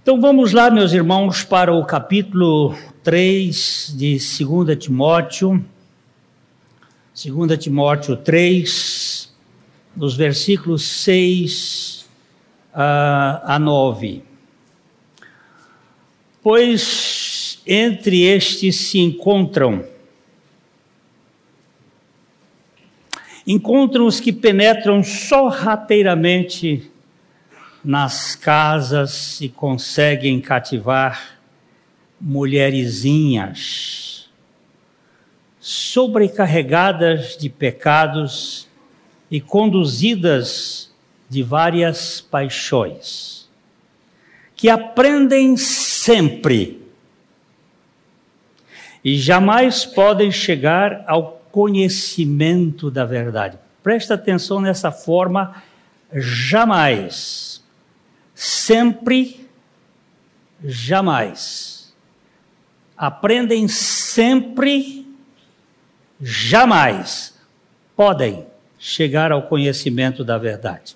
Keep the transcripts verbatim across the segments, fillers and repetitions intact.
Então vamos lá, meus irmãos, para o capítulo três de Segunda Timóteo. Segunda Timóteo três, dos versículos seis a nove. Pois entre estes se encontram, encontram os que penetram sorrateiramente nas casas e conseguem cativar mulherzinhas sobrecarregadas de pecados e conduzidas de várias paixões, que aprendem sempre e jamais podem chegar ao conhecimento da verdade. Presta atenção nessa forma, jamais. Sempre, jamais. Aprendem sempre, jamais podem chegar ao conhecimento da verdade.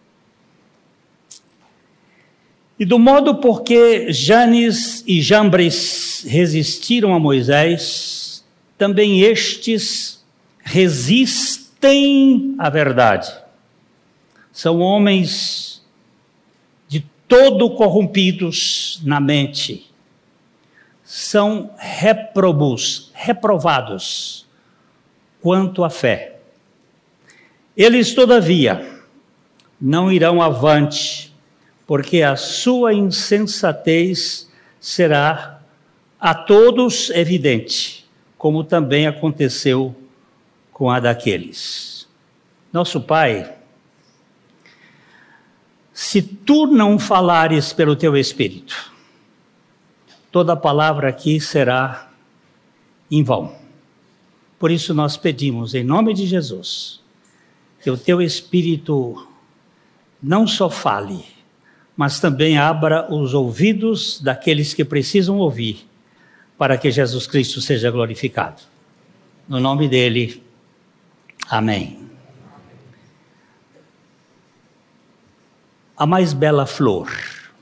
E do modo porque Janes e Jambres resistiram a Moisés, também estes resistem à verdade. São homens todo corrompidos na mente, são réprobos, reprovados quanto à fé. Eles, todavia, não irão avante, porque a sua insensatez será a todos evidente, como também aconteceu com a daqueles. Nosso Pai, se tu não falares pelo teu Espírito, toda palavra aqui será em vão. Por isso nós pedimos, em nome de Jesus, que o teu Espírito não só fale, mas também abra os ouvidos daqueles que precisam ouvir, para que Jesus Cristo seja glorificado. No nome dele, amém. A mais bela flor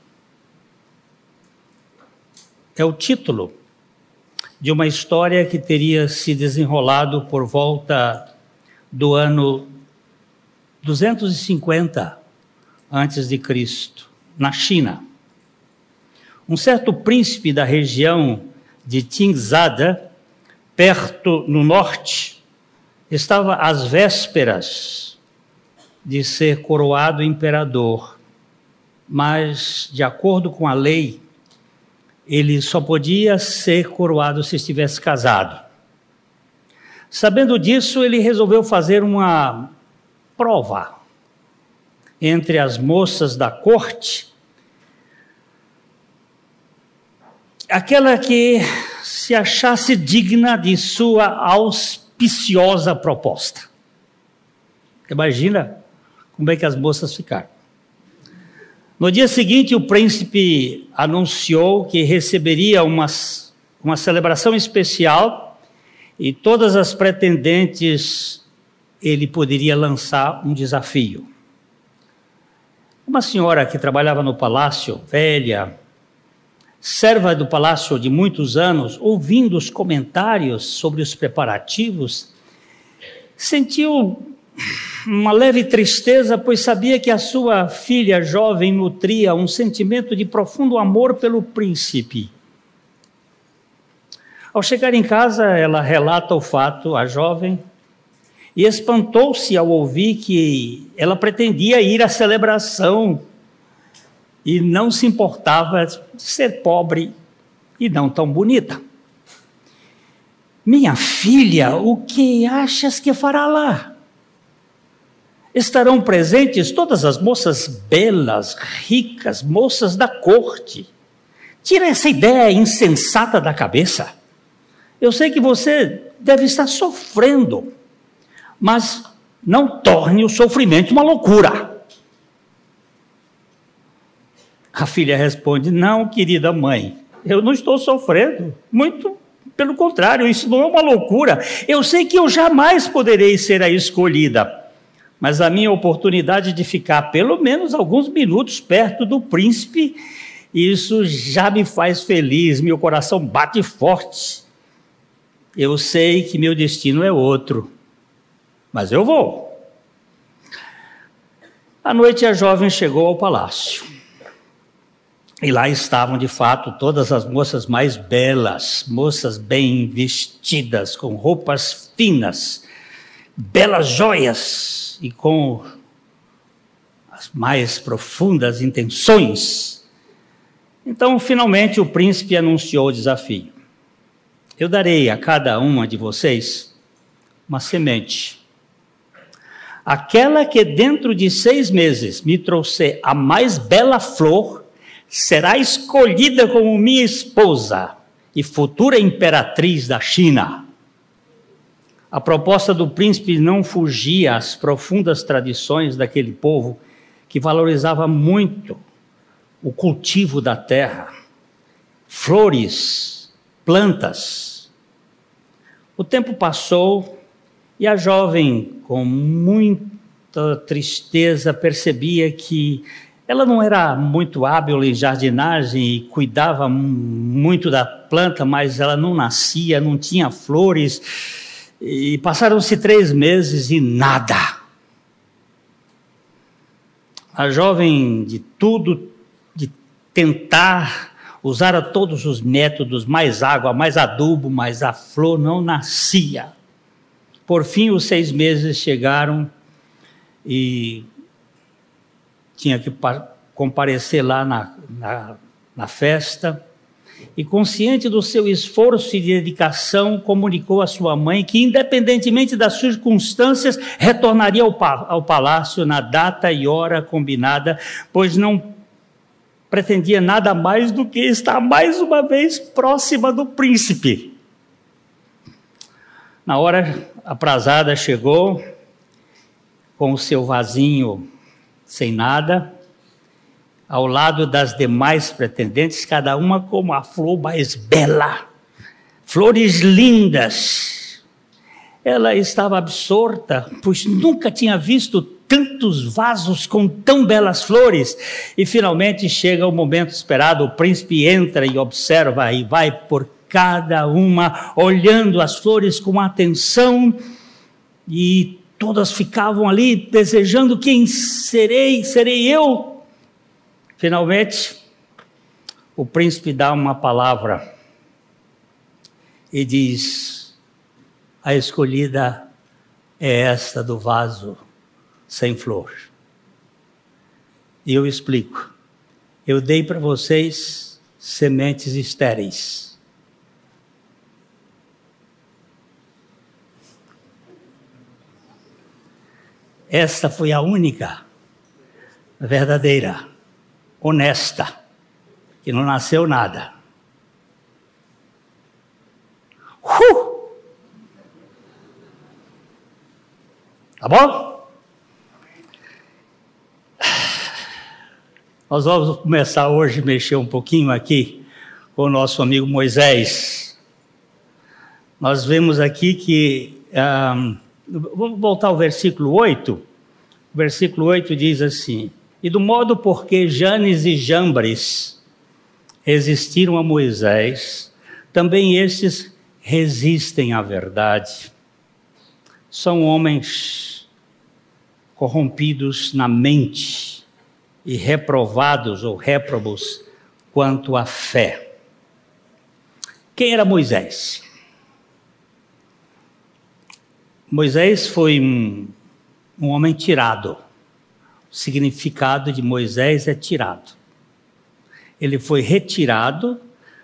é o título de uma história que teria se desenrolado por volta do ano duzentos e cinquenta antes de Cristo, na China. Um certo príncipe da região de Tingzada, perto no norte, estava às vésperas de ser coroado imperador. Mas, de acordo com a lei, ele só podia ser coroado se estivesse casado. Sabendo disso, ele resolveu fazer uma prova entre as moças da corte, aquela que se achasse digna de sua auspiciosa proposta. Imagina como é que as moças ficaram. No dia seguinte, o príncipe anunciou que receberia uma, uma celebração especial e todas as pretendentes ele poderia lançar um desafio. Uma senhora que trabalhava no palácio, velha, serva do palácio de muitos anos, ouvindo os comentários sobre os preparativos, sentiu uma leve tristeza, pois sabia que a sua filha jovem nutria um sentimento de profundo amor pelo príncipe. Ao chegar em casa, ela relata o fato à jovem e espantou-se ao ouvir que ela pretendia ir à celebração e não se importava de ser pobre e não tão bonita. Minha filha, o que achas que fará lá? Estarão presentes todas as moças belas, ricas, moças da corte. Tira essa ideia insensata da cabeça. Eu sei que você deve estar sofrendo, mas não torne o sofrimento uma loucura. A filha responde: não, querida mãe, eu não estou sofrendo, muito pelo contrário, isso não é uma loucura. Eu sei que eu jamais poderei ser a escolhida, mas a minha oportunidade de ficar pelo menos alguns minutos perto do príncipe Isso já me faz feliz, meu coração bate forte. Eu sei que meu destino é outro, mas eu vou. À noite a jovem chegou ao palácio. E lá estavam, de fato, todas as moças mais belas, moças bem vestidas, com roupas finas, belas joias e com as mais profundas intenções. Então, finalmente, o príncipe anunciou o desafio. Eu darei a cada uma de vocês uma semente. Aquela que dentro de seis meses me trouxer a mais bela flor, será escolhida como minha esposa e futura imperatriz da China. A proposta do príncipe não fugia às profundas tradições daquele povo que valorizava muito o cultivo da terra, flores, plantas. O tempo passou e a jovem, com muita tristeza, percebia que ela não era muito hábil em jardinagem e cuidava muito da planta, mas ela não nascia, não tinha flores. E passaram-se três meses e nada. A jovem, de tudo, de tentar usar a todos os métodos, mais água, mais adubo, mas a flor não nascia. Por fim, os seis meses chegaram e tinha que comparecer lá na, na, na festa, e consciente do seu esforço e dedicação, comunicou à sua mãe que, independentemente das circunstâncias, retornaria ao, ao palácio na data e hora combinada, pois não pretendia nada mais do que estar mais uma vez próxima do príncipe. Na hora aprazada chegou, com o seu vasinho sem nada, ao lado das demais pretendentes, cada uma com a flor mais bela, flores lindas. Ela estava absorta, pois nunca tinha visto tantos vasos com tão belas flores. E finalmente chega o momento esperado, o príncipe entra e observa e vai por cada uma, olhando as flores com atenção, e todas ficavam ali desejando: quem serei? Serei eu? Finalmente, o príncipe dá uma palavra e diz: a escolhida é esta do vaso sem flor. E eu explico: eu dei para vocês sementes estéreis. Esta foi a única, verdadeira, honesta, que não nasceu nada. Uh! Tá bom? Nós vamos começar hoje a mexer um pouquinho aqui com o nosso amigo Moisés. Nós vemos aqui que... Um, vamos voltar ao versículo oito. O versículo oito diz assim: e do modo porque Janes e Jambres resistiram a Moisés, também estes resistem à verdade. São homens corrompidos na mente e reprovados ou réprobos quanto à fé. Quem era Moisés? Moisés foi um, um homem tirado. O significado de Moisés é tirado. Ele foi retirado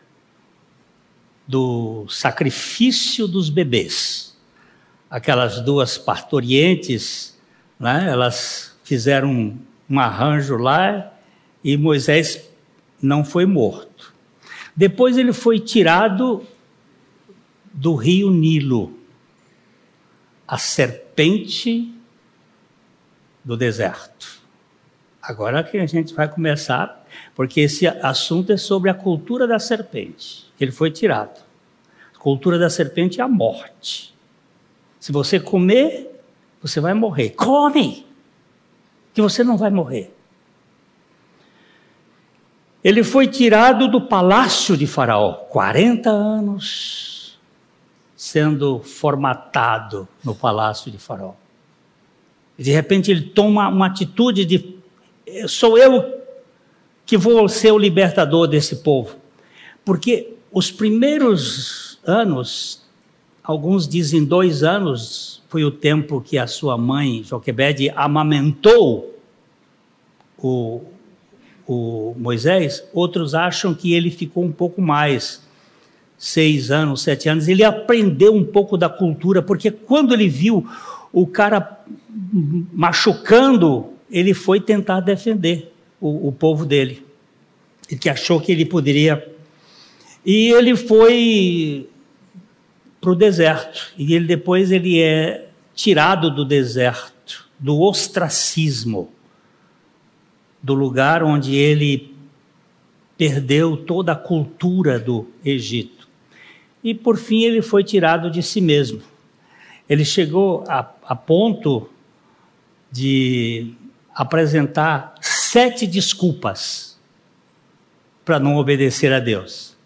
do sacrifício dos bebês. Aquelas duas parturientes, né, elas fizeram um, um arranjo lá e Moisés não foi morto. Depois ele foi tirado do rio Nilo, a serpente do deserto. Agora que a gente vai começar, porque esse assunto é sobre a cultura da serpente. Ele foi tirado. A cultura da serpente é a morte. Se você comer, você vai morrer. Come! Que você não vai morrer. Ele foi tirado do palácio de Faraó, quarenta anos sendo formatado no palácio de Faraó. De repente ele toma uma atitude de, sou eu que vou ser o libertador desse povo. Porque os primeiros anos, alguns dizem dois anos, foi o tempo que a sua mãe, Joquebede, amamentou o, o Moisés. Outros acham que ele ficou um pouco mais, seis anos, sete anos. Ele aprendeu um pouco da cultura, porque quando ele viu o cara machucando, ele foi tentar defender o, o povo dele, e que achou que ele poderia. E ele foi para o deserto, e ele, depois ele é tirado do deserto, do ostracismo, do lugar onde ele perdeu toda a cultura do Egito. E por fim ele foi tirado de si mesmo. Ele chegou a, a ponto de apresentar sete desculpas para não obedecer a Deus.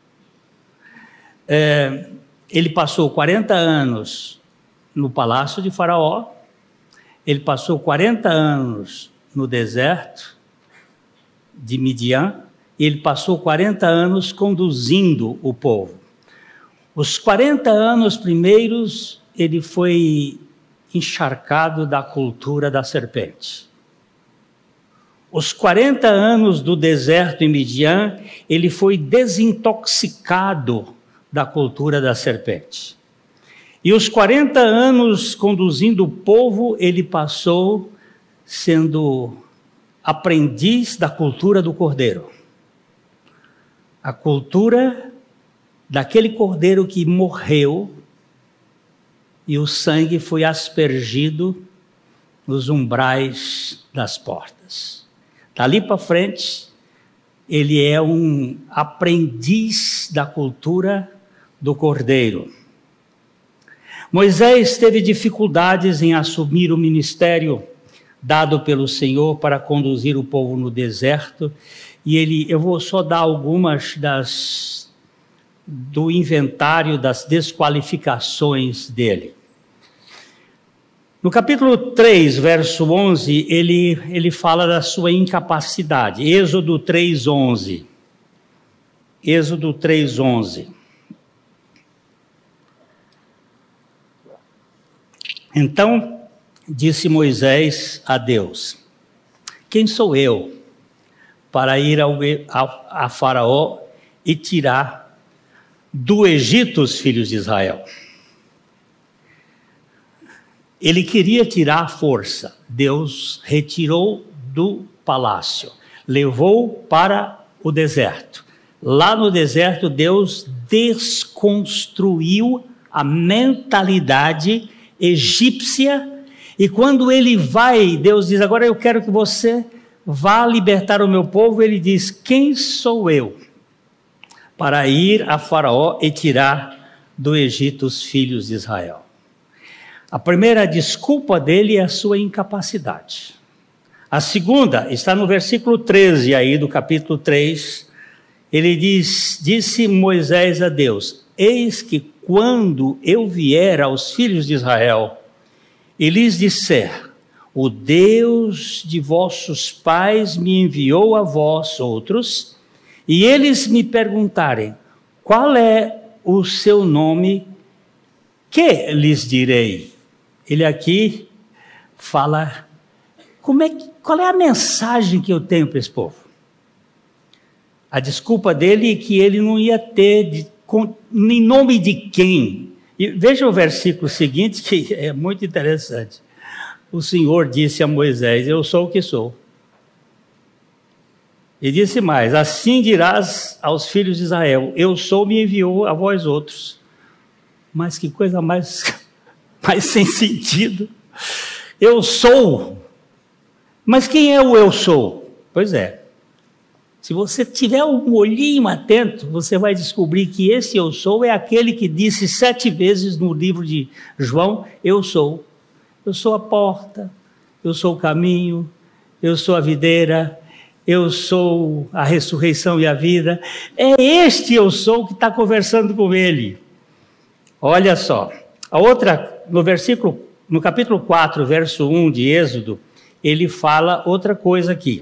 É, ele passou quarenta anos no palácio de Faraó, ele passou quarenta anos no deserto de Midian, e ele passou quarenta anos conduzindo o povo. Os quarenta anos primeiros, ele foi encharcado da cultura da serpente. Os quarenta anos do deserto em Midian, ele foi desintoxicado da cultura da serpente. E os quarenta anos conduzindo o povo, ele passou sendo aprendiz da cultura do cordeiro. A cultura daquele cordeiro que morreu e o sangue foi aspergido nos umbrais das portas. Dali para frente, ele é um aprendiz da cultura do cordeiro. Moisés teve dificuldades em assumir o ministério dado pelo Senhor para conduzir o povo no deserto, e ele, eu vou só dar algumas das do inventário das desqualificações dele. No capítulo três, verso onze, ele, ele fala da sua incapacidade. Êxodo três, onze. Êxodo três, onze. Então disse Moisés a Deus: quem sou eu para ir ao, a, a Faraó e tirar do Egito os filhos de Israel? Ele queria tirar a força. Deus retirou do palácio, levou para o deserto. Lá no deserto, Deus desconstruiu a mentalidade egípcia, e quando ele vai, Deus diz: agora eu quero que você vá libertar o meu povo. Ele diz: quem sou eu para ir a Faraó e tirar do Egito os filhos de Israel? A primeira desculpa dele é a sua incapacidade. A segunda está no versículo treze aí do capítulo três. Ele diz: disse Moisés a Deus: eis que quando eu vier aos filhos de Israel e lhes disser: o Deus de vossos pais me enviou a vós outros, e eles me perguntarem: qual é o seu nome? Que lhes direi? Ele aqui fala, como é que, qual é a mensagem que eu tenho para esse povo? A desculpa dele é que ele não ia ter, de, com, em nome de quem? E veja o versículo seguinte, que é muito interessante. O Senhor disse a Moisés: eu sou o que sou. E disse mais: assim dirás aos filhos de Israel: eu sou, me enviou a vós outros. Mas que coisa mais, mais sem sentido. Eu sou. Mas quem é o eu sou? Pois é. Se você tiver um olhinho atento, você vai descobrir que esse eu sou é aquele que disse sete vezes no livro de João: eu sou. Eu sou a porta, eu sou o caminho, eu sou a videira. eu sou a ressurreição e a vida. É este eu sou que está conversando com ele. Olha só, a outra, no versículo, no capítulo quatro, verso um de Êxodo, ele fala outra coisa aqui.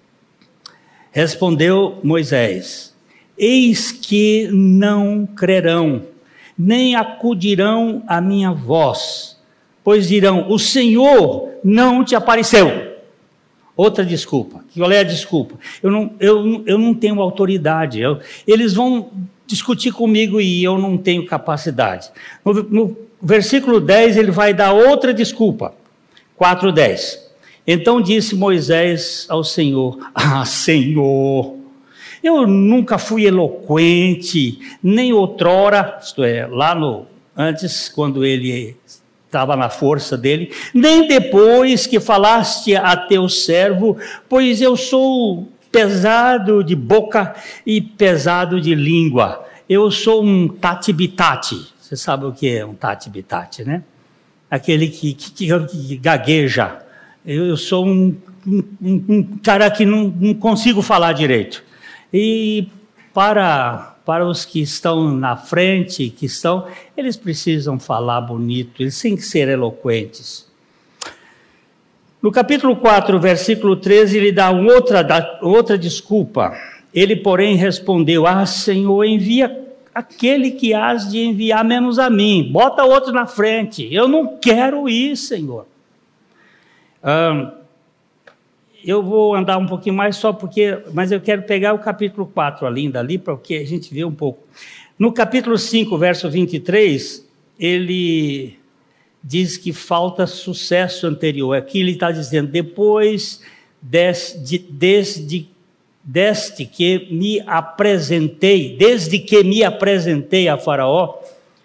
Respondeu Moisés: eis que não crerão, nem acudirão à minha voz, pois dirão, o Senhor não te apareceu. Outra desculpa. Qual é a desculpa? Eu não, eu, eu não tenho autoridade. Eu, eles vão discutir comigo e eu não tenho capacidade. No, no versículo dez, ele vai dar outra desculpa. quatro, dez. Então disse Moisés ao Senhor: ah, Senhor, eu nunca fui eloquente, nem outrora, isto é, lá no, antes, quando ele estava na força dele, nem depois que falaste a teu servo, pois eu sou pesado de boca e pesado de língua. Eu sou um tati-bitate. Você sabe o que é um tati-bitate, né? Aquele que, que, que gagueja. Eu, eu sou um, um, um cara que não, não consigo falar direito. E para, para os que estão na frente, que estão, eles precisam falar bonito, eles têm que ser eloquentes. No capítulo quatro, versículo treze, ele dá uma outra, dá outra desculpa. Ele, porém, respondeu: ah, Senhor, envia aquele que has de enviar menos a mim. Bota outro na frente. Eu não quero ir, Senhor. Ah, eu vou andar um pouquinho mais só porque, mas eu quero pegar o capítulo quatro ali, dali, para que a gente vê um pouco. No capítulo cinco, verso vinte e três, ele diz que falta sucesso anterior. Aqui ele está dizendo: depois desde, desde, desde que me apresentei, desde que me apresentei a Faraó,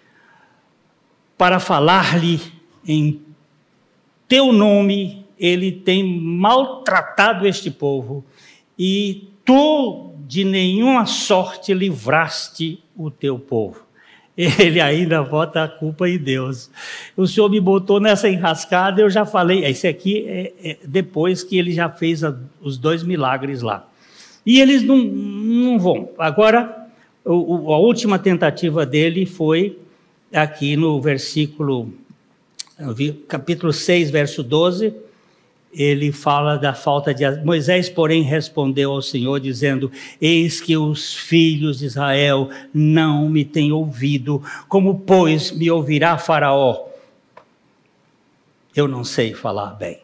para falar-lhe em teu nome, ele tem maltratado este povo, e tu de nenhuma sorte livraste o teu povo. Ele ainda bota a culpa em Deus. O Senhor me botou nessa enrascada, eu já falei, esse aqui é, é depois que ele já fez a, os dois milagres lá. E eles não, não vão. Agora, o, a última tentativa dele foi aqui no versículo, capítulo seis, verso doze, ele fala da falta de... Moisés, porém, respondeu ao Senhor, dizendo: eis que os filhos de Israel não me têm ouvido, como, pois, me ouvirá Faraó? Eu não sei falar bem.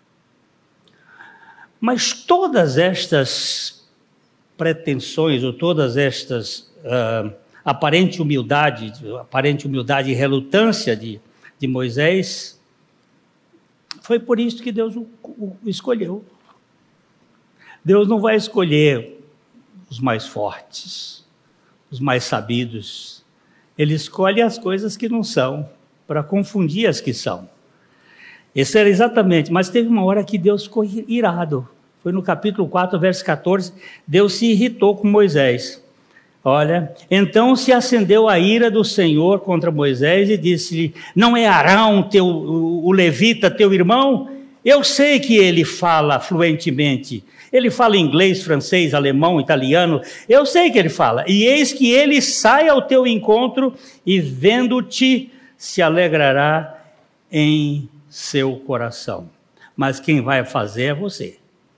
Mas todas estas pretensões, ou todas estas uh, aparente humildade, aparente humildade e relutância de, de Moisés, foi por isso que Deus o, o escolheu. Deus não vai escolher os mais fortes, os mais sabidos. Ele escolhe as coisas que não são, para confundir as que são. Esse era exatamente, mas teve uma hora que Deus ficou irado. Foi no capítulo quatro, verso catorze, Deus se irritou com Moisés. Olha, então se acendeu a ira do Senhor contra Moisés e disse-lhe: não é Arão, teu, o, o levita, teu irmão? Eu sei que ele fala fluentemente. Ele fala inglês, francês, alemão, italiano. Eu sei que ele fala. E eis que ele sai ao teu encontro e, vendo-te, se alegrará em seu coração. Mas quem vai fazer é você.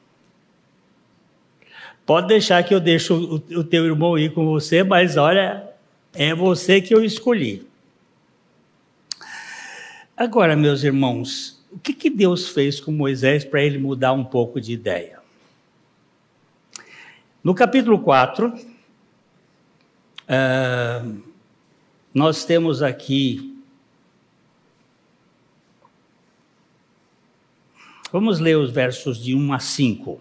Pode deixar que eu deixo o, o teu irmão ir com você, mas olha, é você que eu escolhi. Agora, meus irmãos, o que, que Deus fez com Moisés para ele mudar um pouco de ideia? No capítulo quatro, uh, nós temos aqui... Vamos ler os versos de um a cinco.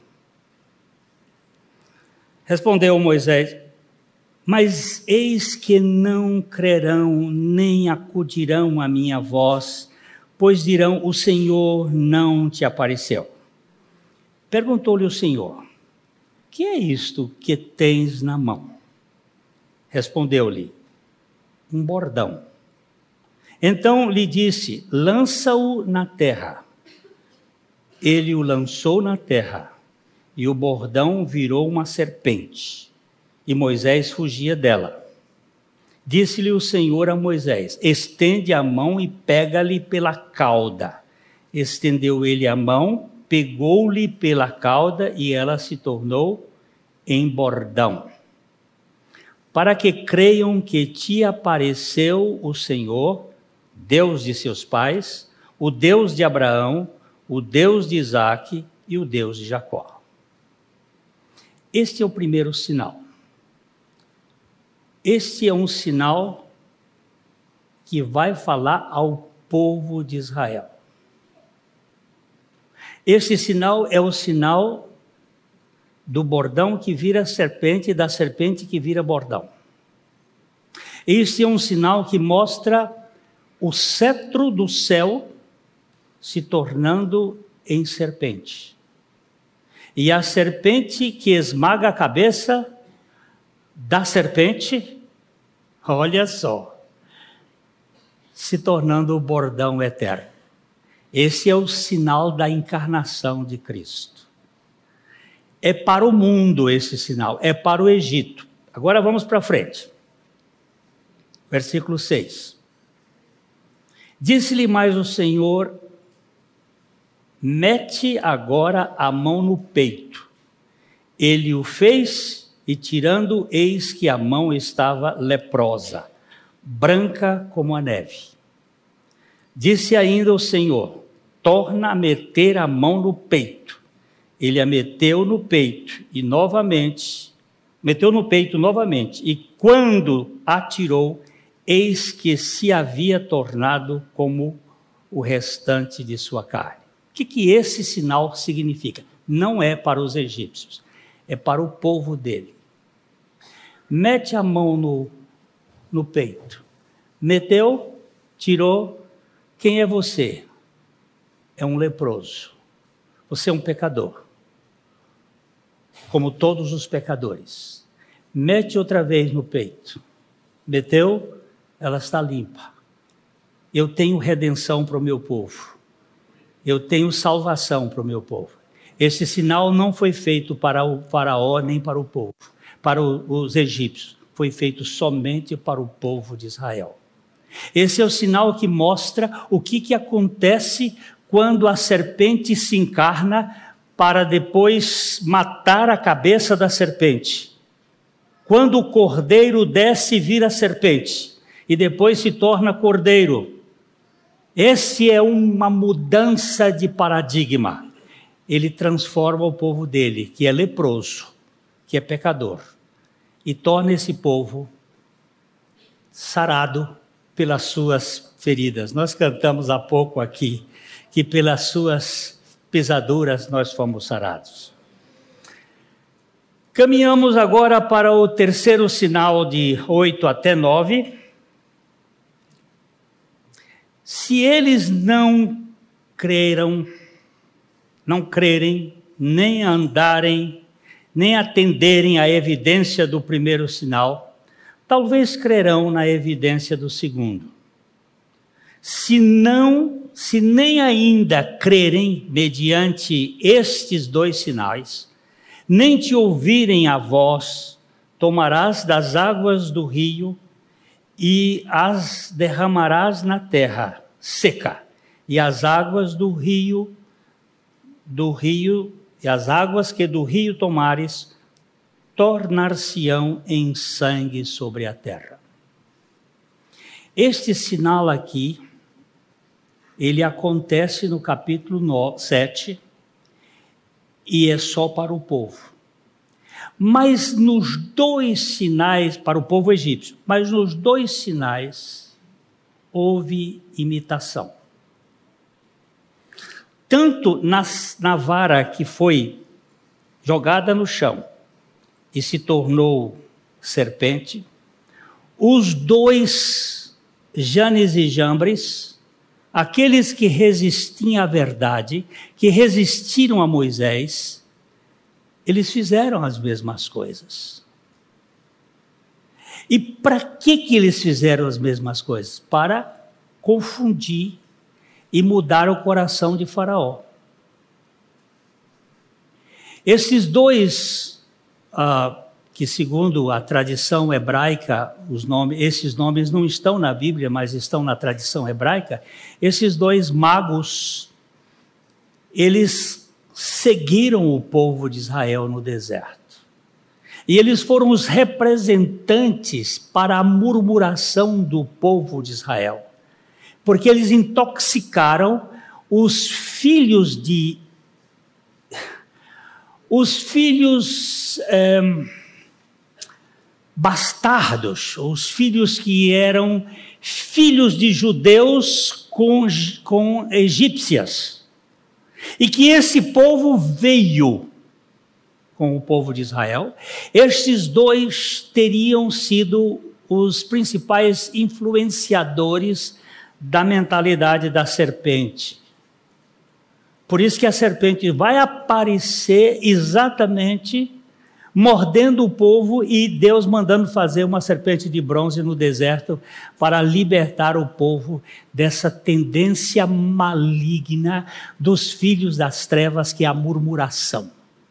Respondeu Moisés: mas eis que não crerão, nem acudirão à minha voz, pois dirão: o Senhor não te apareceu. Perguntou-lhe o Senhor: que é isto que tens na mão? Respondeu-lhe: um bordão. Então lhe disse: lança-o na terra. Ele o lançou na terra, e o bordão virou uma serpente, e Moisés fugia dela. Disse-lhe o Senhor a Moisés: estende a mão e pega-lhe pela cauda. Estendeu ele a mão, pegou-lhe pela cauda, e ela se tornou em bordão. Para que creiam que te apareceu o Senhor, Deus de seus pais, o Deus de Abraão, o Deus de Isaque e o Deus de Jacó. Este é o primeiro sinal. Este é um sinal que vai falar ao povo de Israel. Este sinal é o sinal do bordão que vira serpente e da serpente que vira bordão. Este é um sinal que mostra o cetro do céu se tornando em serpente. E a serpente que esmaga a cabeça da serpente, olha só, se tornando o bordão eterno. Esse é o sinal da encarnação de Cristo. É para o mundo esse sinal, é para o Egito. Agora vamos para frente. Versículo seis. Disse-lhe mais o Senhor: mete agora a mão no peito. Ele o fez, e tirando, eis que a mão estava leprosa, branca como a neve. Disse ainda o Senhor: torna a meter a mão no peito. Ele a meteu no peito, e novamente, meteu no peito novamente, e quando a tirou, eis que se havia tornado como o restante de sua carne. O que, que esse sinal significa? Não é para os egípcios, é para o povo dele. Mete a mão no, no peito. Meteu, tirou. Quem é você? É um leproso. Você é um pecador, como todos os pecadores. Mete outra vez no peito. Meteu, ela está limpa. Eu tenho redenção para o meu povo. Eu tenho salvação para o meu povo. Esse sinal não foi feito para o faraó nem para o povo, para os egípcios. Foi feito somente para o povo de Israel. Esse é o sinal que mostra o que, que acontece quando a serpente se encarna para depois matar a cabeça da serpente. Quando o cordeiro desce e vira serpente, e depois se torna cordeiro. Esse é uma mudança de paradigma. Ele transforma o povo dele, que é leproso, que é pecador, e torna esse povo sarado pelas suas feridas. Nós cantamos há pouco aqui, que pelas suas pisaduras nós fomos sarados. Caminhamos agora para o terceiro sinal, de oito até nove. Se eles não creram, não crerem, nem andarem, nem atenderem à evidência do primeiro sinal, talvez crerão na evidência do segundo. Se não, se nem ainda crerem mediante estes dois sinais, nem te ouvirem a voz, tomarás das águas do rio e as derramarás na terra seca, e as águas do rio, do rio, e as águas que do rio tomares, tornar-se-ão em sangue sobre a terra. Este sinal aqui, ele acontece no capítulo sete, e é só para o povo. Mas nos dois sinais, para o povo egípcio, mas nos dois sinais, houve imitação. Tanto na, na vara que foi jogada no chão e se tornou serpente, os dois Janes e Jambres, aqueles que resistiam à verdade, que resistiram a Moisés, eles fizeram as mesmas coisas. E para que, que eles fizeram as mesmas coisas? Para confundir e mudar o coração de Faraó. Esses dois, uh, que segundo a tradição hebraica, os nomes, esses nomes não estão na Bíblia, mas estão na tradição hebraica, esses dois magos, eles seguiram o povo de Israel no deserto. E eles foram os representantes para a murmuração do povo de Israel, porque eles intoxicaram os filhos de... Os filhos é, bastardos, os filhos que eram filhos de judeus com, com egípcias. E que esse povo veio com o povo de Israel. Estes dois teriam sido os principais influenciadores da mentalidade da serpente. Por isso que a serpente vai aparecer exatamente mordendo o povo e Deus mandando fazer uma serpente de bronze no deserto para libertar o povo dessa tendência maligna dos filhos das trevas, que é a murmuração.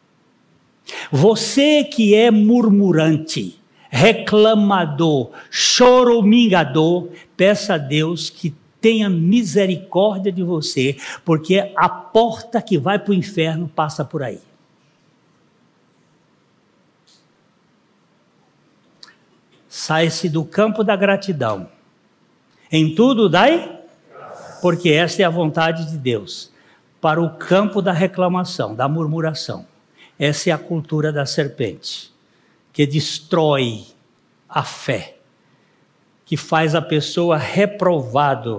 Você que é murmurante, reclamador, choramingador, peça a Deus que tenha misericórdia de você, porque a porta que vai para o inferno passa por aí. Sai-se do campo da gratidão. Em tudo dai, porque esta é a vontade de Deus, para o campo da reclamação, da murmuração. Essa é a cultura da serpente, que destrói a fé, que faz a pessoa reprovado.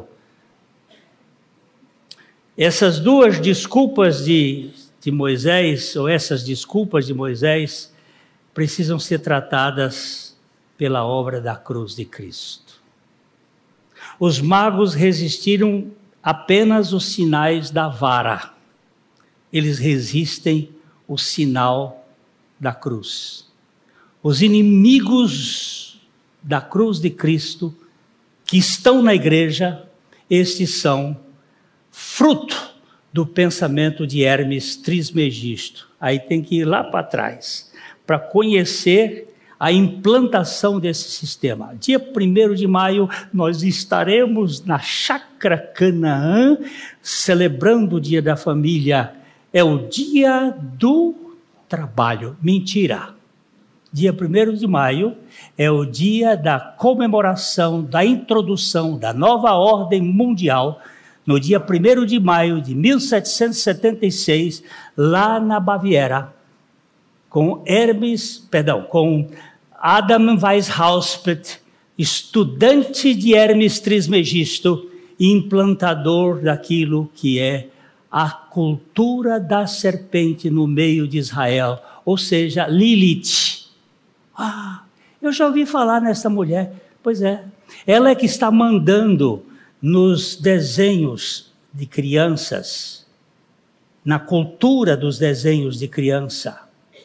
Essas duas desculpas de, de Moisés, ou essas desculpas de Moisés, precisam ser tratadas pela obra da cruz de Cristo. Os magos resistiram apenas os sinais da vara. Eles resistem o sinal da cruz. Os inimigos da cruz de Cristo, que estão na igreja, estes são fruto do pensamento de Hermes Trismegisto. Aí tem que ir lá para trás, para conhecer a implantação desse sistema. Dia primeiro de maio, nós estaremos na Chácara Canaã, celebrando o Dia da Família. É o dia do trabalho. Mentira. Dia primeiro de maio é o dia da comemoração, da introdução da nova ordem mundial, no dia primeiro de maio de mil setecentos e setenta e seis, lá na Baviera, com Hermes, perdão, com Adam Weishauspet, estudante de Hermes Trismegisto, implantador daquilo que é a cultura da serpente no meio de Israel, ou seja, Lilith. Ah, eu já ouvi falar nessa mulher. Pois é, ela é que está mandando nos desenhos de crianças, na cultura dos desenhos de criança.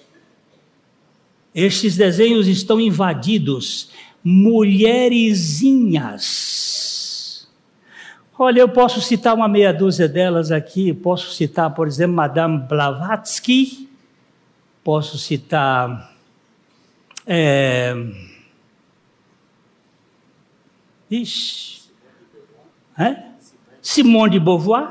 Estes desenhos estão invadidos, mulherezinhas. Olha, eu posso citar uma meia dúzia delas aqui, posso citar, por exemplo, Madame Blavatsky, posso citar é, ixi, é? Simone de Beauvoir,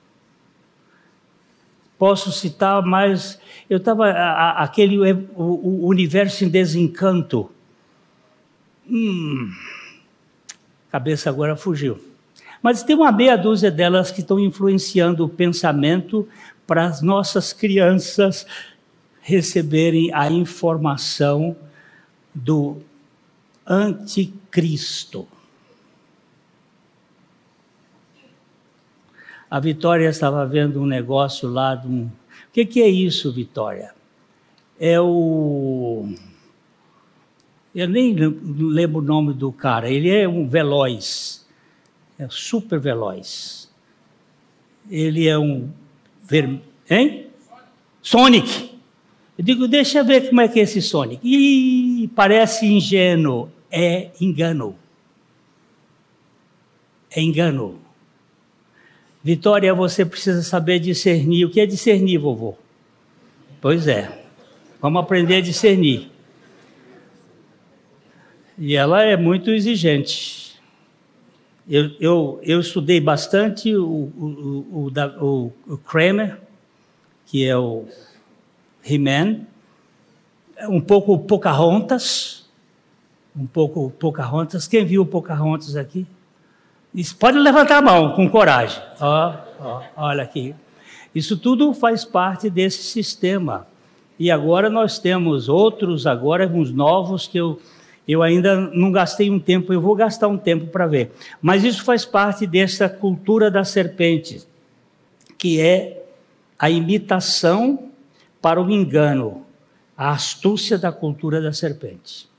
posso citar mais, eu estava, aquele, o, o universo em desencanto, hum, cabeça agora fugiu. Mas tem uma meia dúzia delas que estão influenciando o pensamento para as nossas crianças receberem a informação do anticristo. A Vitória estava vendo um negócio lá de um... O que, que é isso, Vitória? É o... Eu nem lembro o nome do cara. Ele é um veloz. É super veloz. Ele é um... Ver... Hein? Sonic. Eu digo, deixa eu ver como é que é esse Sonic. Ih, parece ingênuo. É engano. É engano. Vitória, você precisa saber discernir. O que é discernir, vovô? Pois é. Vamos aprender a discernir. E ela é muito exigente. Eu, eu, eu estudei bastante o, o, o, o, o Kramer, que é o He-Man, um pouco o Pocahontas, um pouco o Pocahontas. Quem viu o Pocahontas aqui? Isso, pode levantar a mão com coragem. Ó, ó, olha aqui. Isso tudo faz parte desse sistema. E agora nós temos outros, agora uns novos que eu, eu ainda não gastei um tempo, eu vou gastar um tempo para ver. Mas isso faz parte dessa cultura da serpente, que é a imitação para o engano, a astúcia da cultura da serpente.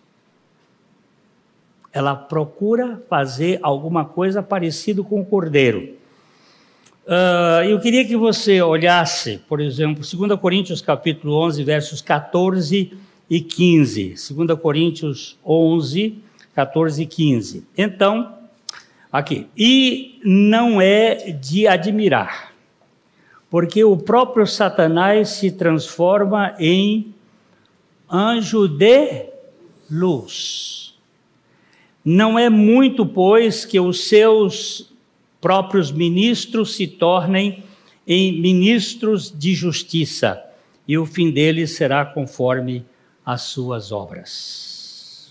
Ela procura fazer alguma coisa parecida com o cordeiro. Uh, eu queria que você olhasse, por exemplo, dois Coríntios capítulo onze, versos catorze e quinze. dois Coríntios onze, catorze e quinze. Então, aqui. E não é de admirar, porque o próprio Satanás se transforma em anjo de luz. Não é muito, pois, que os seus próprios ministros se tornem em ministros de justiça, e o fim deles será conforme as suas obras.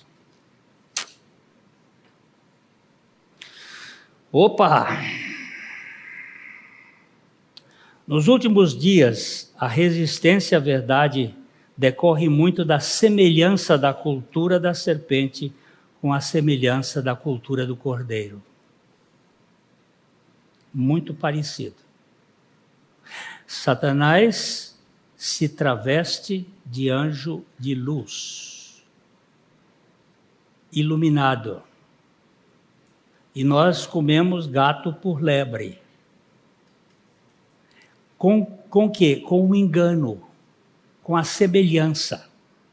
Opa! Nos últimos dias, a resistência à verdade decorre muito da semelhança da cultura da serpente com a semelhança da cultura do cordeiro. Muito parecido. Satanás se traveste de anjo de luz, iluminado. E nós comemos gato por lebre. Com, com o quê? Com o engano, com a semelhança.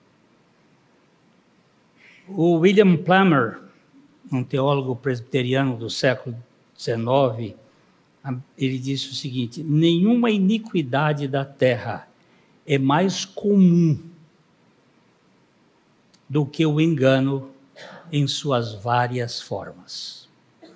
O William Plummer, um teólogo presbiteriano do século dezenove, ele disse o seguinte: nenhuma iniquidade da terra é mais comum do que o engano em suas várias formas.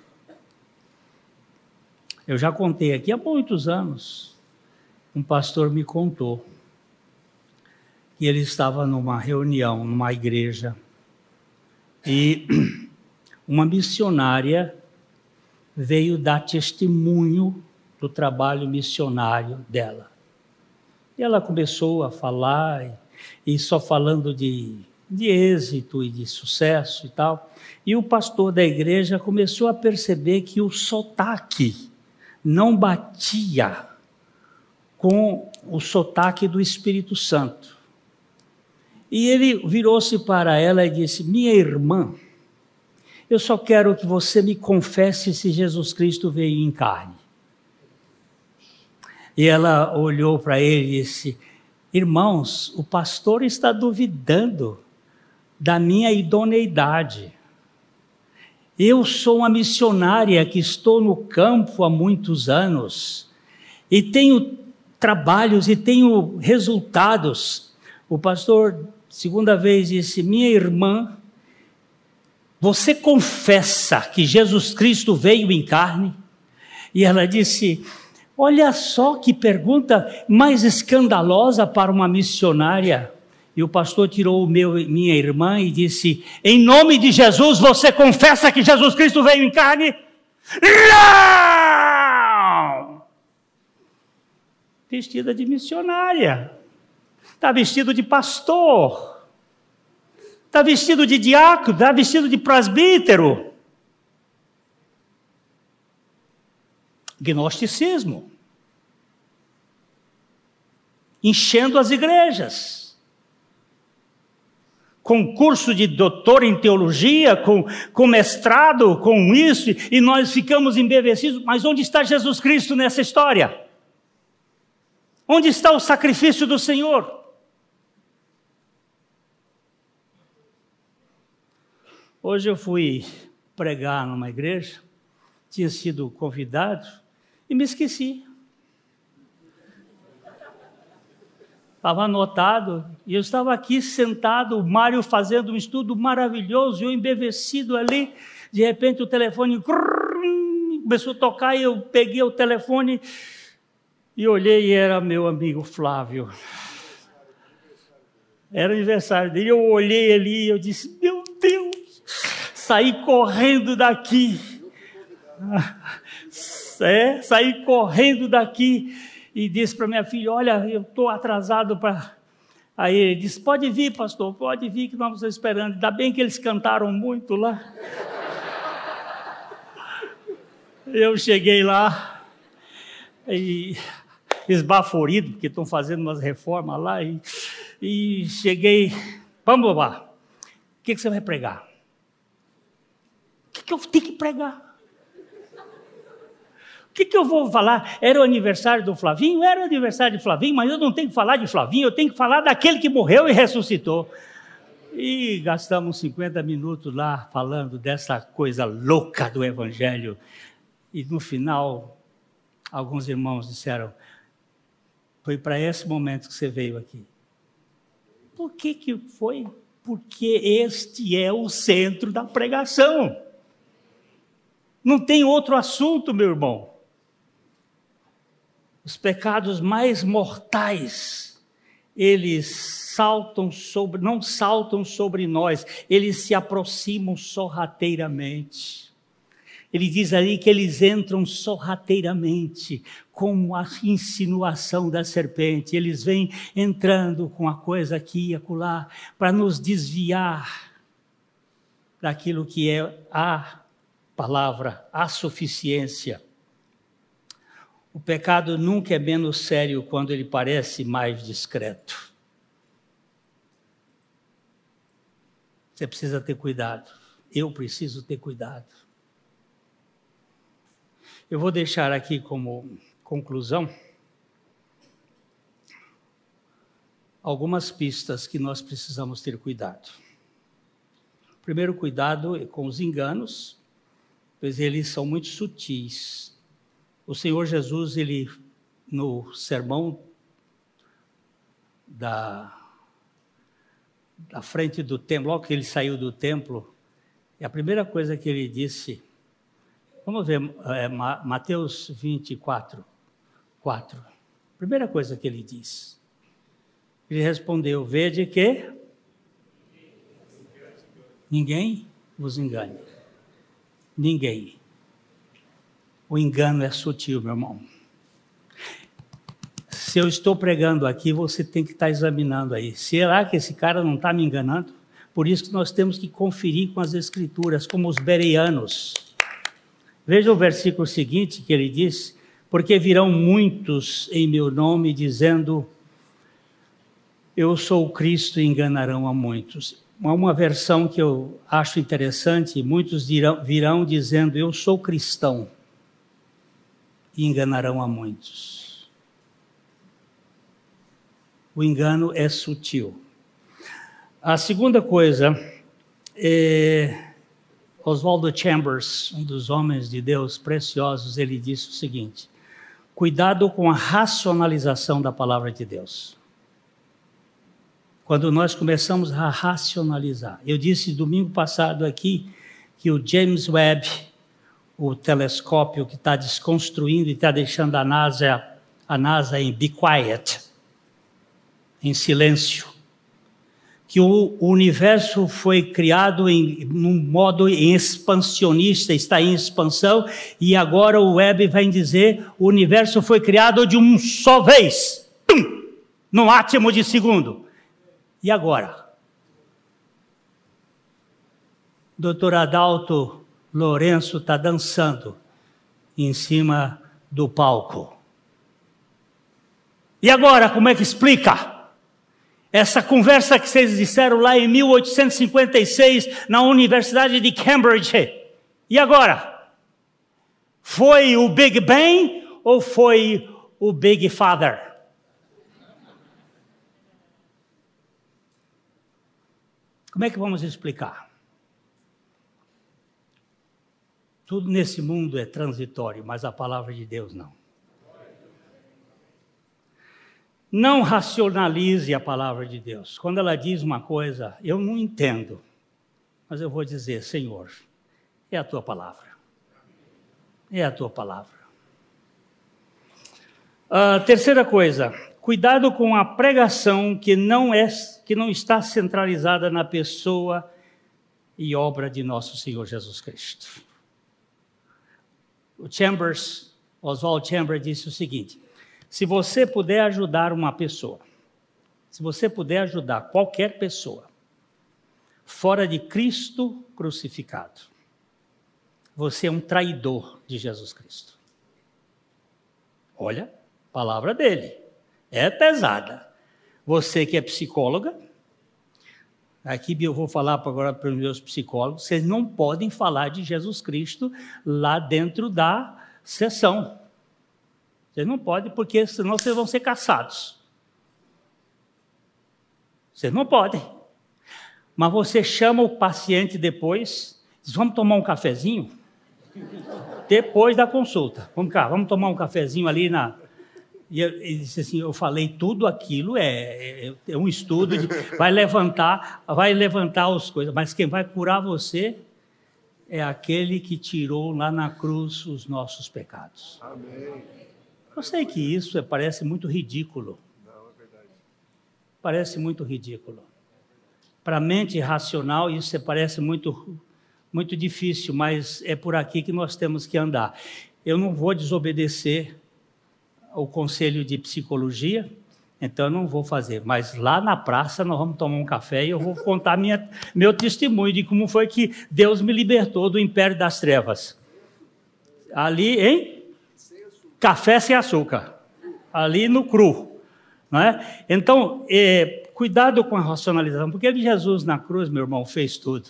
Eu já contei aqui há muitos anos, um pastor me contou que ele estava numa reunião, numa igreja, e uma missionária veio dar testemunho do trabalho missionário dela. E ela começou a falar, e, e só falando de, de êxito e de sucesso e tal. E o pastor da igreja começou a perceber que o sotaque não batia com o sotaque do Espírito Santo. E ele virou-se para ela e disse: minha irmã, eu só quero que você me confesse se Jesus Cristo veio em carne. E ela olhou para ele e disse: irmãos, o pastor está duvidando da minha idoneidade. Eu sou uma missionária que estou no campo há muitos anos e tenho trabalhos e tenho resultados. O pastor, segunda vez, disse: minha irmã, você confessa que Jesus Cristo veio em carne? E ela disse: olha só que pergunta mais escandalosa para uma missionária. E o pastor tirou o meu, minha irmã e disse: em nome de Jesus, você confessa que Jesus Cristo veio em carne? Não! Vestida de missionária. Está vestido de pastor. Está vestido de diácono, está vestido de presbítero. Gnosticismo. Enchendo as igrejas. Com curso de doutor em teologia, com, com mestrado, com isso, e nós ficamos embevecidos. Mas onde está Jesus Cristo nessa história? Onde está o sacrifício do Senhor? Hoje eu fui pregar numa igreja, tinha sido convidado e me esqueci. Estava anotado, e eu estava aqui sentado, o Mário fazendo um estudo maravilhoso, e eu embevecido ali, de repente o telefone começou a tocar, e eu peguei o telefone e olhei, e era meu amigo Flávio. Era aniversário dele, eu olhei ali, e eu disse, meu Deus, saí correndo daqui, é, saí correndo daqui, e disse para minha filha, olha, eu estou atrasado para... Aí ele disse, pode vir, pastor, pode vir, que nós estamos esperando. Ainda bem que eles cantaram muito lá. Eu cheguei lá, e esbaforido, porque estão fazendo umas reformas lá, e, e cheguei, vamos lá, o que, que você vai pregar? O que, que eu tenho que pregar? O que, que eu vou falar? Era o aniversário do Flavinho? Era o aniversário de Flavinho, mas eu não tenho que falar de Flavinho, eu tenho que falar daquele que morreu e ressuscitou. E gastamos cinquenta minutos lá falando dessa coisa louca do Evangelho. E no final, alguns irmãos disseram, foi para esse momento que você veio aqui. Por que que foi? Porque este é o centro da pregação. Não tem outro assunto, meu irmão. Os pecados mais mortais, eles saltam sobre, não saltam sobre nós, eles se aproximam sorrateiramente. Ele diz ali que eles entram sorrateiramente, como a insinuação da serpente. Eles vêm entrando com a coisa aqui e acolá, para nos desviar daquilo que é a palavra, a suficiência. O pecado nunca é menos sério quando ele parece mais discreto. Você precisa ter cuidado. Eu preciso ter cuidado. Eu vou deixar aqui como conclusão algumas pistas que nós precisamos ter cuidado. Primeiro, cuidado é com os enganos, pois eles são muito sutis. O Senhor Jesus, ele, no sermão da, da frente do templo, logo que ele saiu do templo, a primeira coisa que ele disse, vamos ver, é, Mateus vinte e quatro, quatro. Primeira coisa que ele diz, ele respondeu, vede que ninguém vos engane. Ninguém. O engano é sutil, meu irmão. Se eu estou pregando aqui, você tem que estar examinando aí. Será que esse cara não está me enganando? Por isso que nós temos que conferir com as Escrituras, como os bereanos. Veja o versículo seguinte que ele diz, porque virão muitos em meu nome dizendo, eu sou o Cristo e enganarão a muitos. Uma versão que eu acho interessante, muitos dirão, virão dizendo, eu sou cristão. E enganarão a muitos. O engano é sutil. A segunda coisa, é, Oswaldo Chambers, um dos homens de Deus preciosos, ele disse o seguinte, cuidado com a racionalização da palavra de Deus. Quando nós começamos a racionalizar. Eu disse domingo passado aqui que o James Webb, o telescópio que está desconstruindo e está deixando a NASA, a NASA em be quiet, em silêncio, que o universo foi criado em um modo expansionista, está em expansão, e agora o Webb vai dizer, o universo foi criado de um só vez, tum, num átimo de segundo. E agora? doutor Adalto Lourenço está dançando em cima do palco. E agora, como é que explica? Essa conversa que vocês disseram lá em mil oitocentos e cinquenta e seis, na Universidade de Cambridge. E agora? Foi o Big Bang ou foi o Big Father? Como é que vamos explicar? Tudo nesse mundo é transitório, mas a palavra de Deus não. Não racionalize a palavra de Deus. Quando ela diz uma coisa, eu não entendo, mas eu vou dizer, Senhor, é a tua palavra. É a tua palavra. Uh, terceira coisa, cuidado com a pregação que não, é, que não está centralizada na pessoa e obra de nosso Senhor Jesus Cristo. O Chambers, Oswald Chambers disse o seguinte: se você puder ajudar uma pessoa, se você puder ajudar qualquer pessoa fora de Cristo crucificado, você é um traidor de Jesus Cristo. Olha, palavra dele, é pesada. Você que é psicóloga, aqui eu vou falar agora para os meus psicólogos, vocês não podem falar de Jesus Cristo lá dentro da sessão. Vocês não podem, porque senão vocês vão ser caçados. Vocês não podem. Mas você chama o paciente depois, diz, vamos tomar um cafezinho? Depois da consulta. Vamos cá, vamos tomar um cafezinho ali na... E ele disse assim, eu falei tudo aquilo, é, é, é um estudo, de, vai levantar, vai levantar as coisas, mas quem vai curar você é aquele que tirou lá na cruz os nossos pecados. Amém. Eu sei que isso parece muito ridículo. Não, é verdade. Parece muito ridículo. Para a mente racional, isso parece muito, muito difícil, mas é por aqui que nós temos que andar. Eu não vou desobedecer o conselho de psicologia, então eu não vou fazer. Mas lá na praça nós vamos tomar um café e eu vou contar minha, meu testemunho de como foi que Deus me libertou do império das trevas. Ali, hein? Café sem açúcar. Ali no cru. Não é? Então, é, cuidado com a racionalização, porque Jesus na cruz, meu irmão, fez tudo.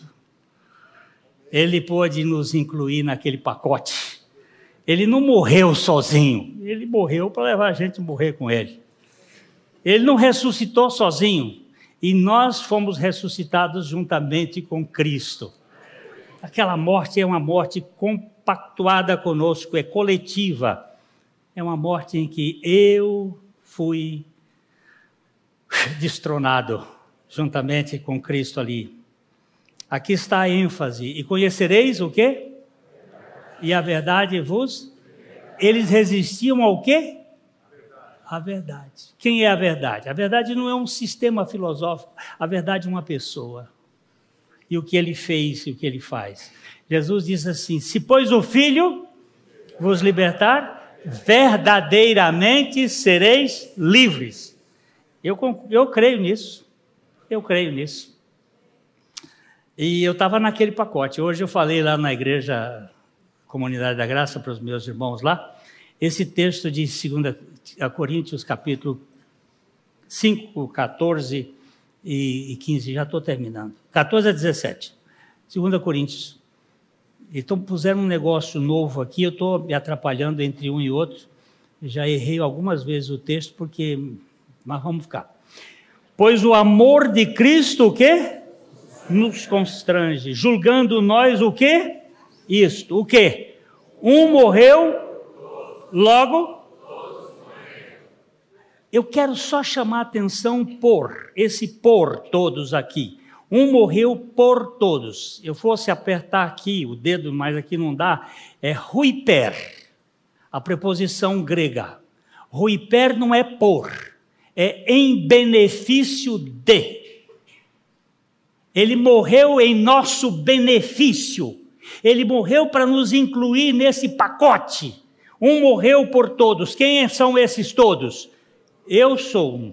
Ele pôde nos incluir naquele pacote. Ele não morreu sozinho, ele morreu para levar a gente a morrer com ele. Ele não ressuscitou sozinho, e nós fomos ressuscitados juntamente com Cristo. Aquela morte é uma morte compactuada conosco, é coletiva. É uma morte em que eu fui destronado juntamente com Cristo ali. Aqui está a ênfase. E conhecereis o quê? E a verdade vos... Eles resistiam ao quê? A verdade. Quem é a verdade? A verdade não é um sistema filosófico. A verdade é uma pessoa. E o que ele fez e o que ele faz. Jesus diz assim, se pois o Filho vos libertar, verdadeiramente sereis livres. Eu, eu creio nisso. Eu creio nisso. E eu estava naquele pacote. Hoje eu falei lá na igreja... Comunidade da Graça, para os meus irmãos lá, esse texto de dois Coríntios, capítulo cinco, catorze e quinze, já estou terminando, catorze a dezessete, dois Coríntios. Então puseram um negócio novo aqui, eu estou me atrapalhando entre um e outro, já errei algumas vezes o texto, porque, mas vamos ficar. Pois o amor de Cristo, o quê? Nos constrange, julgando nós o quê? Isto, o quê? Um morreu, logo... Eu quero só chamar a atenção por, esse por todos aqui. Um morreu por todos. Eu fosse apertar aqui, o dedo, mas aqui não dá, é huiper, a preposição grega. Huiper não é por, é em benefício de. Ele morreu em nosso benefício. Ele morreu para nos incluir nesse pacote. Um morreu por todos. Quem são esses todos? Eu sou um.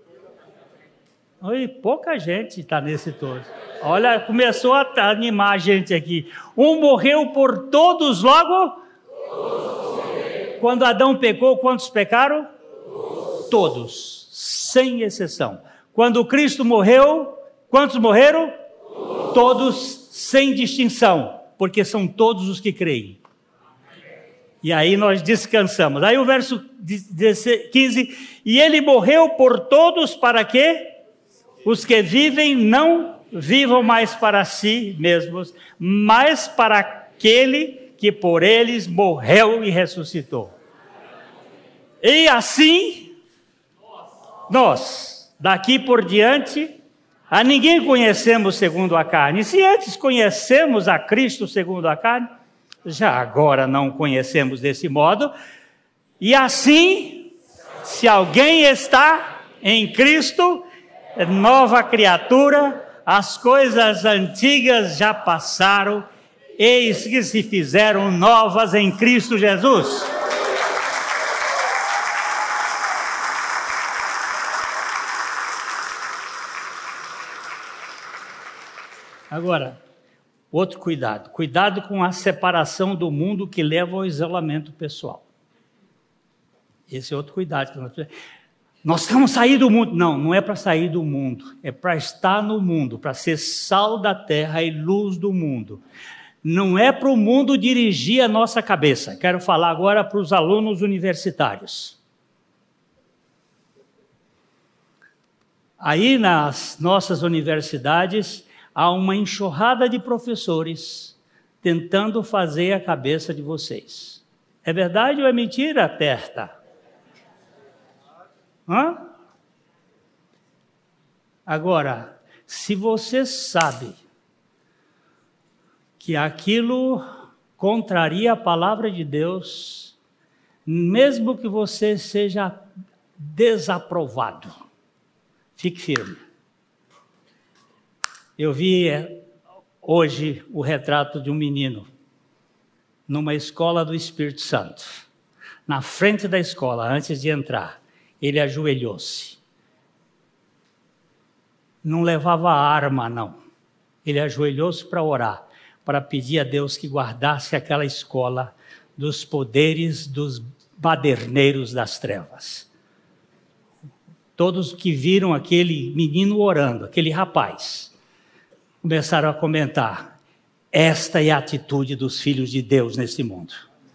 Oi, pouca gente está nesse todo. Olha, começou a animar a gente aqui. Um morreu por todos logo? Todos. Quando Adão pecou, quantos pecaram? Todos. Todos, sem exceção. Quando Cristo morreu, quantos morreram? Todos, todos sem distinção. Porque são todos os que creem. E aí nós descansamos. Aí o verso quinze, e ele morreu por todos para que os que vivem não vivam mais para si mesmos, mas para aquele que por eles morreu e ressuscitou. E assim Nós, daqui por diante, a ninguém conhecemos segundo a carne. Se antes conhecemos a Cristo segundo a carne, já agora não conhecemos desse modo. E assim, se alguém está em Cristo, nova criatura, as coisas antigas já passaram, eis que se fizeram novas em Cristo Jesus. Agora, outro cuidado. Cuidado com a separação do mundo que leva ao isolamento pessoal. Esse é outro cuidado que nós temos. Nós estamos saindo do mundo. Não, não é para sair do mundo. É para estar no mundo, para ser sal da terra e luz do mundo. Não é para o mundo dirigir a nossa cabeça. Quero falar agora para os alunos universitários. Aí nas nossas universidades há uma enxurrada de professores tentando fazer a cabeça de vocês. É verdade ou é mentira, Terta? Hã? Agora, se você sabe que aquilo contraria a palavra de Deus, mesmo que você seja desaprovado, fique firme. Eu vi hoje o retrato de um menino numa escola do Espírito Santo. Na frente da escola, antes de entrar, ele ajoelhou-se. Não levava arma, não. Ele ajoelhou-se para orar, para pedir a Deus que guardasse aquela escola dos poderes dos baderneiros das trevas. Todos que viram aquele menino orando, aquele rapaz, começaram a comentar: esta é a atitude dos filhos de Deus nesse mundo.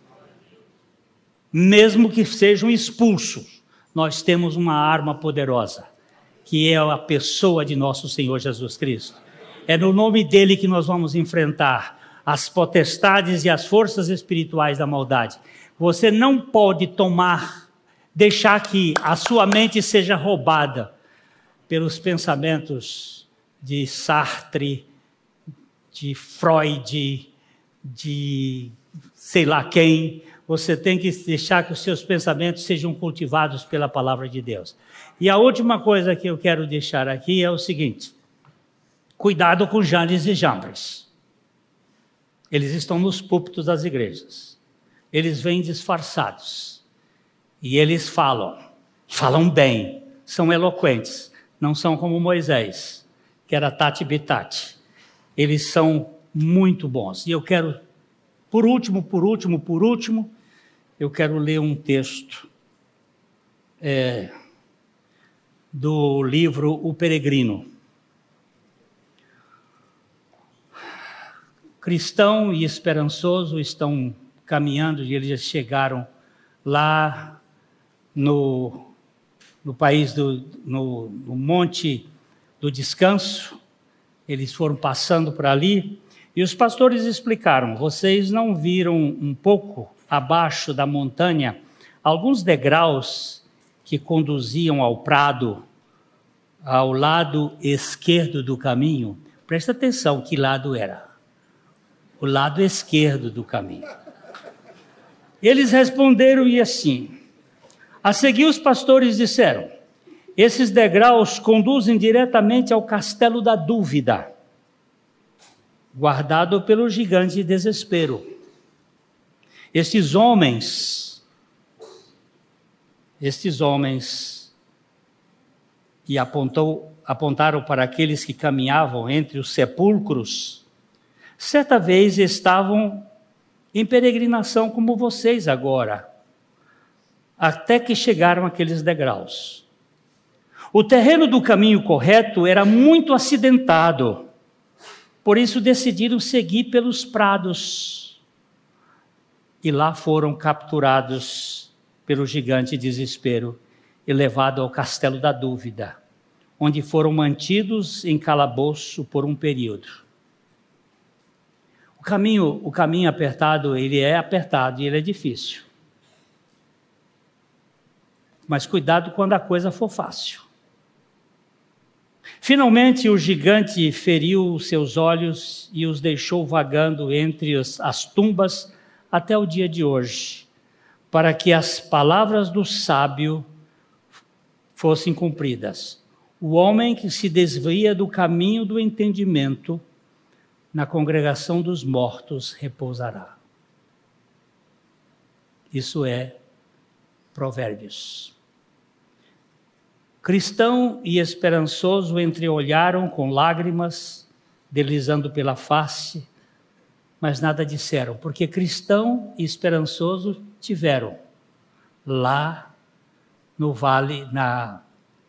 Mesmo que sejam expulsos, nós temos uma arma poderosa, que é a pessoa de nosso Senhor Jesus Cristo. É no nome dele que nós vamos enfrentar as potestades e as forças espirituais da maldade. Você não pode tomar, deixar que a sua mente seja roubada pelos pensamentos de Sartre, de Freud, de sei lá quem. Você tem que deixar que os seus pensamentos sejam cultivados pela palavra de Deus. E a última coisa que eu quero deixar aqui é o seguinte: cuidado com Janes e Jambres. Eles estão nos púlpitos das igrejas. Eles vêm disfarçados. E eles falam, falam bem, são eloquentes. Não são como Moisés, que era tati bitati. Eles são muito bons. E eu quero, por último, por último, por último, eu quero ler um texto é, do livro O Peregrino. Cristão e esperançoso estão caminhando e eles chegaram lá no, no país, do, no, no Monte do Descanso. Eles foram passando por ali e os pastores explicaram: vocês não viram um pouco abaixo da montanha alguns degraus que conduziam ao prado, ao lado esquerdo do caminho? Presta atenção que lado era. O lado esquerdo do caminho. Eles responderam e assim. A seguir os pastores disseram: esses degraus conduzem diretamente ao castelo da dúvida, guardado pelo gigante de desespero. Estes homens, estes homens, e apontou, apontaram para aqueles que caminhavam entre os sepulcros, certa vez estavam em peregrinação como vocês agora, até que chegaram àqueles degraus. O terreno do caminho correto era muito acidentado, por isso decidiram seguir pelos prados. E lá foram capturados pelo gigante desespero e levados ao castelo da dúvida, onde foram mantidos em calabouço por um período. O caminho, o caminho apertado, ele é apertado e ele é difícil. Mas cuidado quando a coisa for fácil. Finalmente o gigante feriu seus olhos e os deixou vagando entre as tumbas até o dia de hoje, para que as palavras do sábio fossem cumpridas. O homem que se desvia do caminho do entendimento, na congregação dos mortos repousará. Isso é Provérbios. Cristão e esperançoso entreolharam com lágrimas, deslizando pela face, mas nada disseram, porque cristão e esperançoso tiveram lá no vale, na,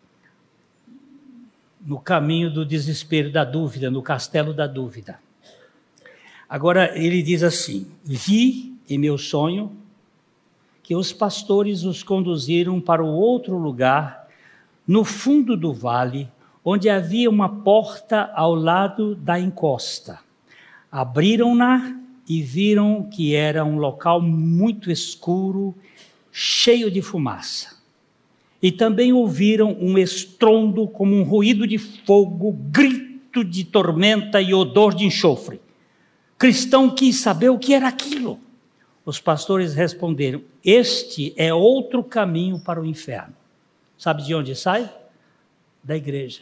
no caminho do desespero, da dúvida, no castelo da dúvida. Agora ele diz assim: vi em meu sonho que os pastores os conduziram para o outro lugar, no fundo do vale, onde havia uma porta ao lado da encosta. Abriram-na e viram que era um local muito escuro, cheio de fumaça. E também ouviram um estrondo como um ruído de fogo, grito de tormenta e odor de enxofre. Cristão quis saber o que era aquilo. Os pastores responderam: este é outro caminho para o inferno. Sabe de onde sai? Da igreja.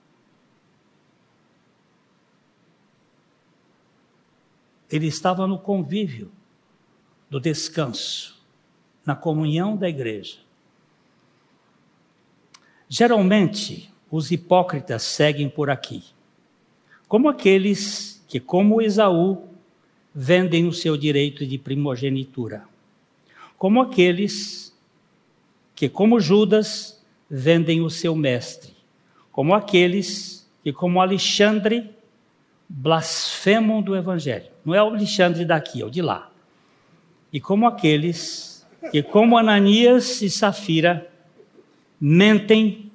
Ele estava no convívio do descanso, na comunhão da igreja. Geralmente, os hipócritas seguem por aqui, como aqueles que, como Esaú, vendem o seu direito de primogenitura, como aqueles que, como Judas, vendem o seu mestre, como aqueles que, como Alexandre, blasfemam do evangelho. Não é o Alexandre daqui, é o de lá. E como aqueles que, como Ananias e Safira, mentem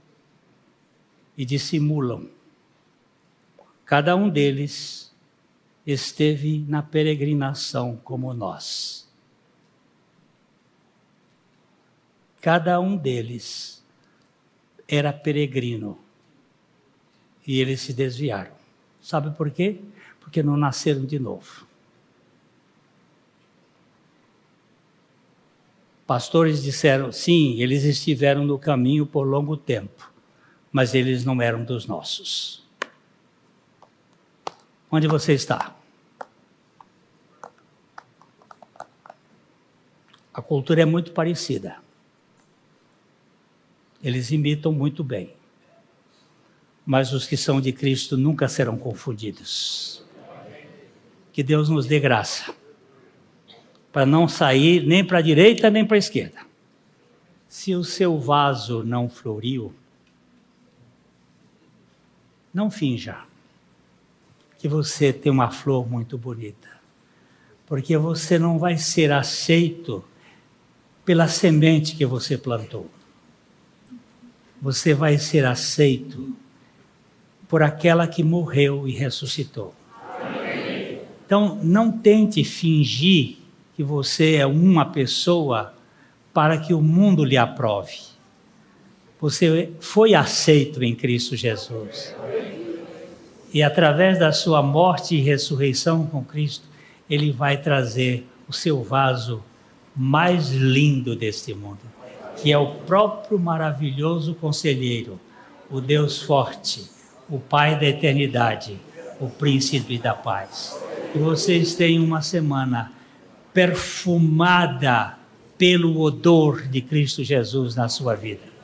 e dissimulam. Cada um deles esteve na peregrinação como nós. Cada um deles era peregrino e eles se desviaram. Sabe por quê? Porque não nasceram de novo. Pastores disseram, sim, eles estiveram no caminho por longo tempo, mas eles não eram dos nossos. Onde você está? A cultura é muito parecida. Eles imitam muito bem. Mas os que são de Cristo nunca serão confundidos. Que Deus nos dê graça, para não sair nem para a direita nem para a esquerda. Se o seu vaso não floriu, não finja que você tem uma flor muito bonita, porque você não vai ser aceito pela semente que você plantou. Você vai ser aceito por aquela que morreu e ressuscitou. Amém. Então, não tente fingir que você é uma pessoa para que o mundo lhe aprove. Você foi aceito em Cristo Jesus. E através da sua morte e ressurreição com Cristo, Ele vai trazer o seu vaso mais lindo deste mundo, que é o próprio maravilhoso conselheiro, o Deus forte, o Pai da eternidade, o Príncipe da paz. Que vocês tenham uma semana perfumada pelo odor de Cristo Jesus na sua vida.